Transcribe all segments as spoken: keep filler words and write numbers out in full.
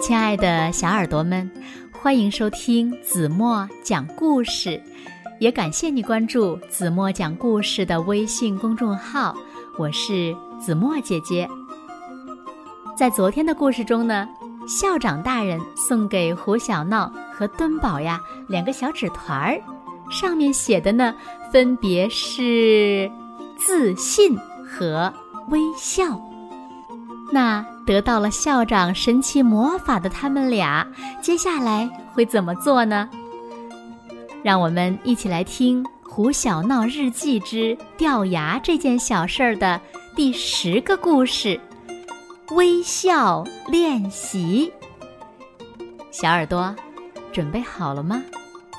亲爱的小耳朵们，欢迎收听子墨讲故事，也感谢你关注子墨讲故事的微信公众号，我是子墨姐姐。在昨天的故事中呢，校长大人送给胡小闹和敦宝呀两个小纸团儿，上面写的呢分别是自信和微笑。那得到了校长神奇魔法的他们俩，接下来会怎么做呢？让我们一起来听《胡小闹日记之掉牙这件小事儿》的第十个故事——微笑练习。小耳朵，准备好了吗？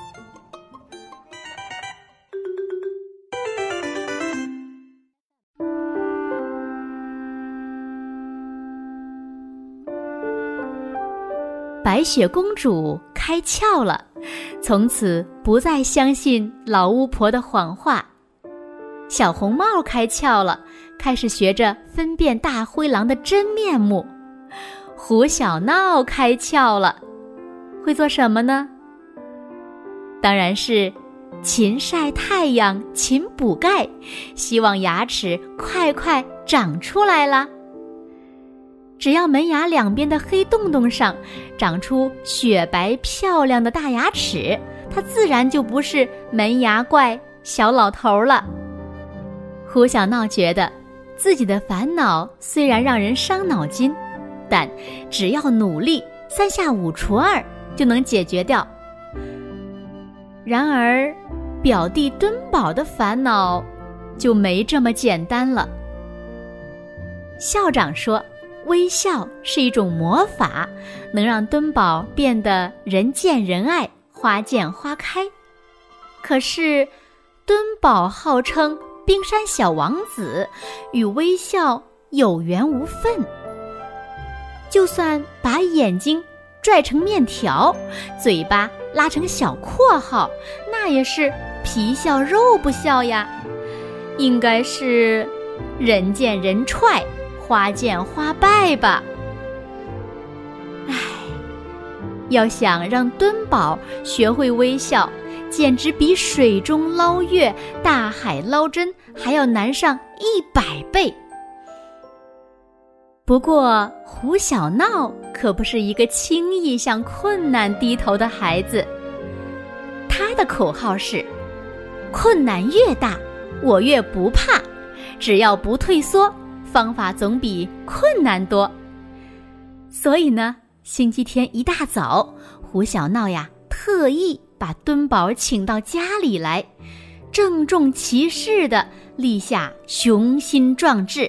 白雪公主开窍了，从此不再相信老巫婆的谎话。小红帽开窍了，开始学着分辨大灰狼的真面目。胡小闹开窍了，会做什么呢？当然是勤晒太阳，勤补钙，希望牙齿快快长出来啦。只要门牙两边的黑洞洞上长出雪白漂亮的大牙齿，它自然就不是门牙怪小老头了。胡小闹觉得自己的烦恼虽然让人伤脑筋，但只要努力，三下五除二就能解决掉。然而表弟敦宝的烦恼就没这么简单了。校长说微笑是一种魔法，能让敦宝变得人见人爱，花见花开。可是敦宝号称冰山小王子，与微笑有缘无分。就算把眼睛拽成面条，嘴巴拉成小括号，那也是皮笑肉不笑呀。应该是人见人踹，花见花败吧。唉，要想让敦宝学会微笑，简直比水中捞月、大海捞针还要难上一百倍。不过胡小闹可不是一个轻易向困难低头的孩子，他的口号是：困难越大，我越不怕，只要不退缩，方法总比困难多。所以呢，星期天一大早，胡小闹呀特意把敦宝请到家里来，郑重其事地立下雄心壮志：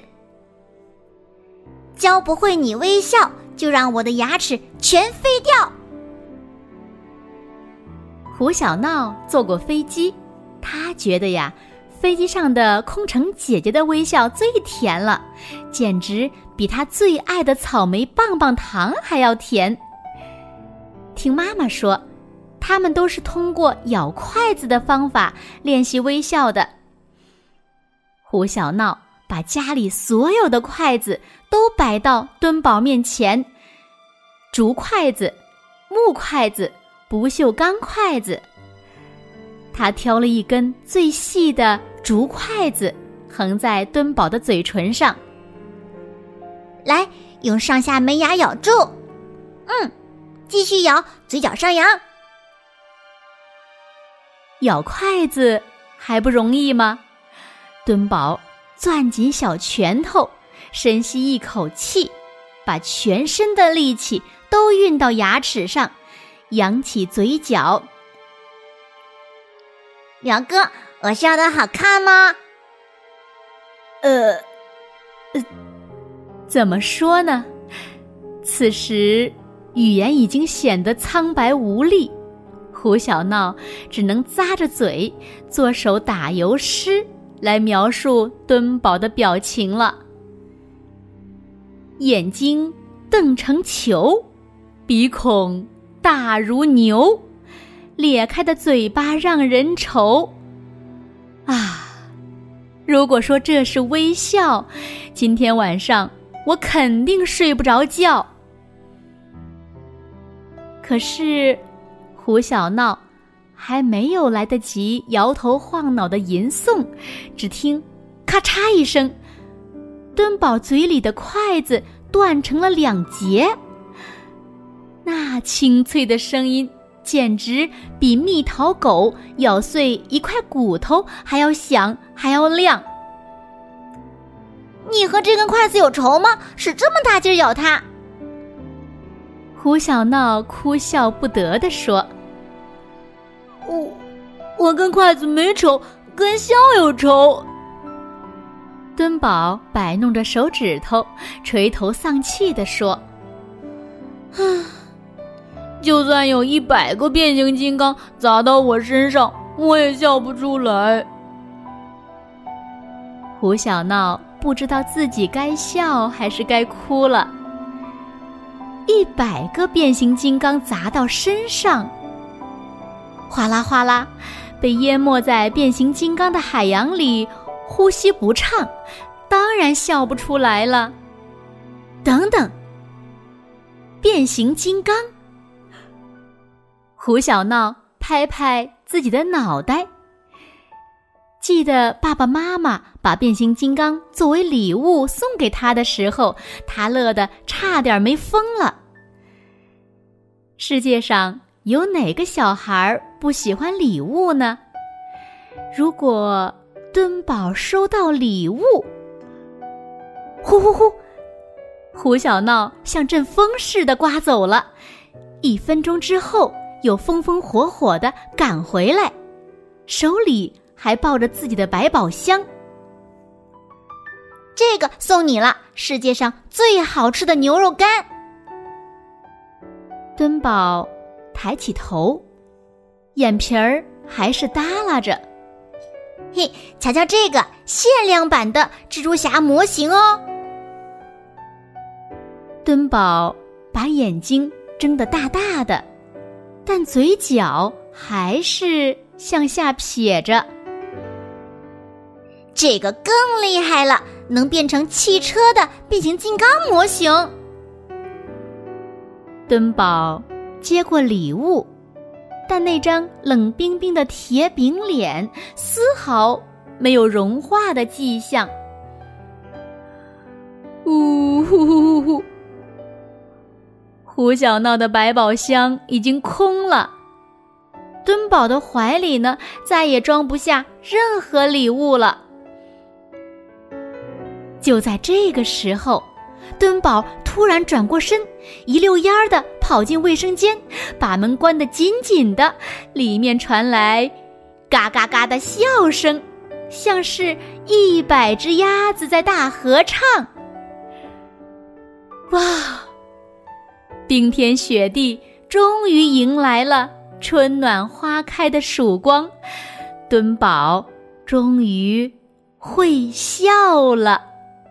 教不会你微笑，就让我的牙齿全飞掉。 胡小闹坐过飞机，他觉得呀飞机上的空乘姐姐的微笑最甜了，简直比她最爱的草莓棒棒糖还要甜。听妈妈说，他们都是通过咬筷子的方法练习微笑的。胡小闹把家里所有的筷子都摆到敦宝面前，竹筷子、木筷子、不锈钢筷子。他挑了一根最细的竹筷子，横在敦宝的嘴唇上。 来，用上下门牙咬住。嗯，继续咬，嘴角上扬。 咬筷子还不容易吗？敦宝攥紧小拳头，深吸一口气，把全身的力气都运到牙齿上，扬起嘴角。 表哥，我笑得好看吗？ 呃，呃，怎么说呢？此时语言已经显得苍白无力，胡小闹只能咂着嘴，做首打油诗来描述敦宝的表情了。眼睛瞪成球，鼻孔大如牛，咧开的嘴巴让人愁啊！如果说这是微笑，今天晚上我肯定睡不着觉。 可是胡小闹还没有来得及摇头晃脑的吟诵，只听咔嚓一声，敦宝嘴里的筷子断成了两截。那清脆的声音简直比蜜桃狗咬碎一块骨头还要响还要亮。 你和这根筷子有仇吗？使这么大劲咬它？ 胡小闹哭笑不得地说： 我我跟筷子没仇，跟笑有仇。 敦宝摆弄着手指头，垂头丧气地说： 唉，就算有一百个变形金刚砸到我身上，我也笑不出来。 胡小闹不知道自己该笑还是该哭了。一百个变形金刚砸到身上，哗啦哗啦，被淹没在变形金刚的海洋里，呼吸不畅，当然笑不出来了。等等，变形金刚！胡小闹拍拍自己的脑袋，记得爸爸妈妈把变形金刚作为礼物送给他的时候，他乐得差点没疯了。世界上有哪个小孩不喜欢礼物呢？如果敦宝收到礼物，呼呼呼，胡小闹像阵风似的刮走了，一分钟之后又风风火火地赶回来，手里还抱着自己的百宝箱。 这个送你了，世界上最好吃的牛肉干。 敦宝抬起头，眼皮儿还是耷拉着。 嘿，瞧瞧这个限量版的蜘蛛侠模型哦！ 敦宝把眼睛睁得大大的，但嘴角还是向下撇着。 这个更厉害了，能变成汽车的变形金刚模型。 敦宝接过礼物，但那张冷冰冰的铁饼脸丝毫没有融化的迹象。 呜呼呼呼！ 胡小闹的百宝箱已经空了，敦宝的怀里呢，再也装不下任何礼物了。就在这个时候，敦宝突然转过身，一溜烟儿地跑进卫生间，把门关得紧紧的，里面传来嘎嘎嘎的笑声，像是一百只鸭子在大合唱。哇！冰天雪地终于迎来了春暖花开的曙光，敦宝终于会笑了。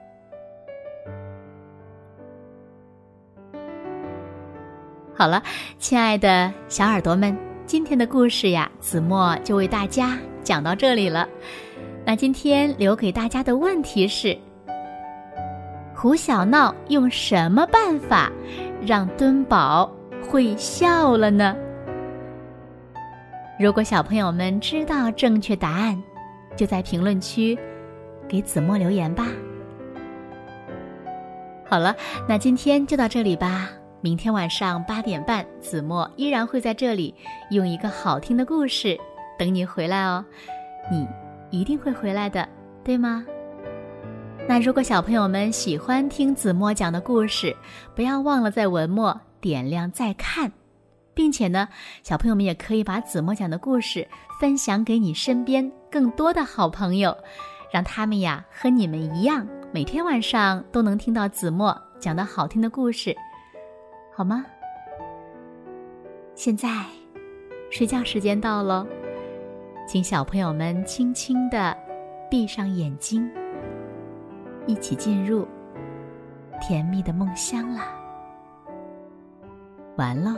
好了，亲爱的小耳朵们，今天的故事呀，子墨就为大家讲到这里了。那今天留给大家的问题是：胡小闹用什么办法让敦宝会笑了呢？如果小朋友们知道正确答案，就在评论区给子墨留言吧。好了，那今天就到这里吧。明天晚上八点半，子墨依然会在这里用一个好听的故事等你回来哦。你一定会回来的，对吗？那如果小朋友们喜欢听子墨讲的故事，不要忘了在文末点亮再看，并且呢，小朋友们也可以把子墨讲的故事分享给你身边更多的好朋友，让他们呀和你们一样，每天晚上都能听到子墨讲的好听的故事，好吗？现在睡觉时间到了，请小朋友们轻轻地闭上眼睛，一起进入甜蜜的梦乡啦。完了。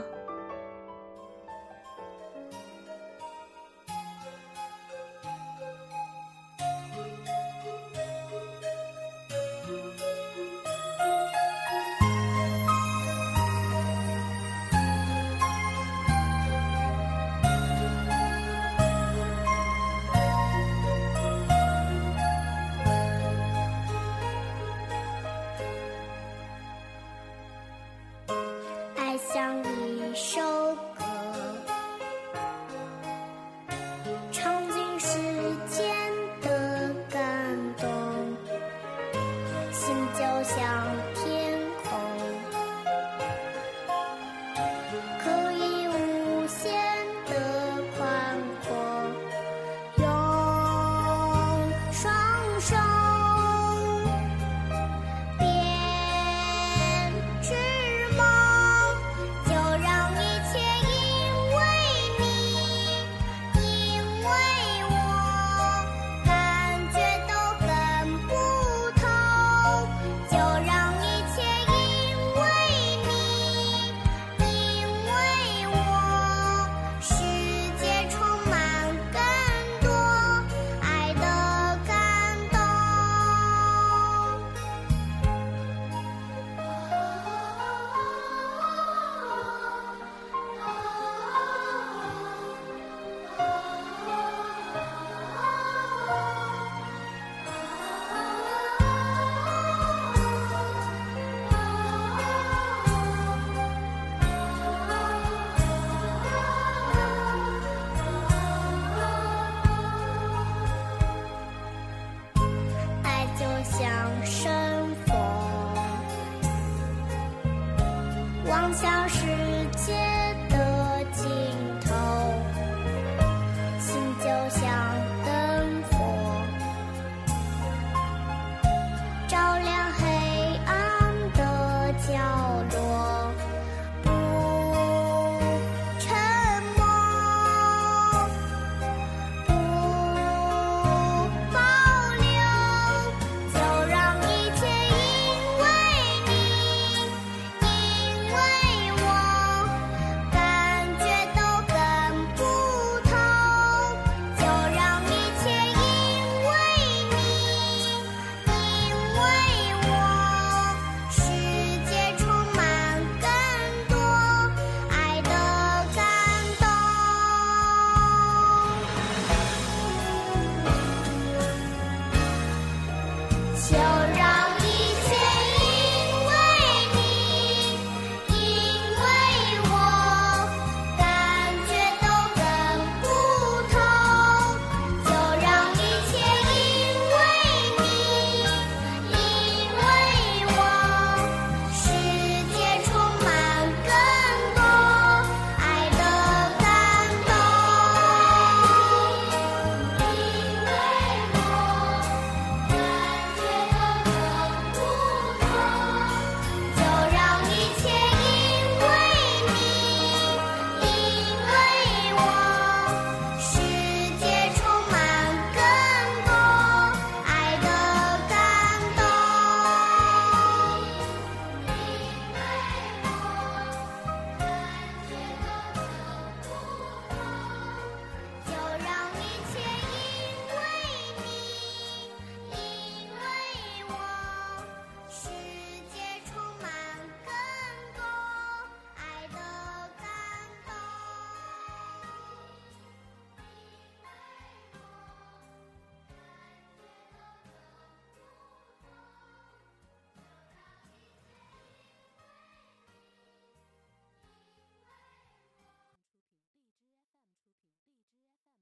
像一首歌，唱尽世间的感动，心就像天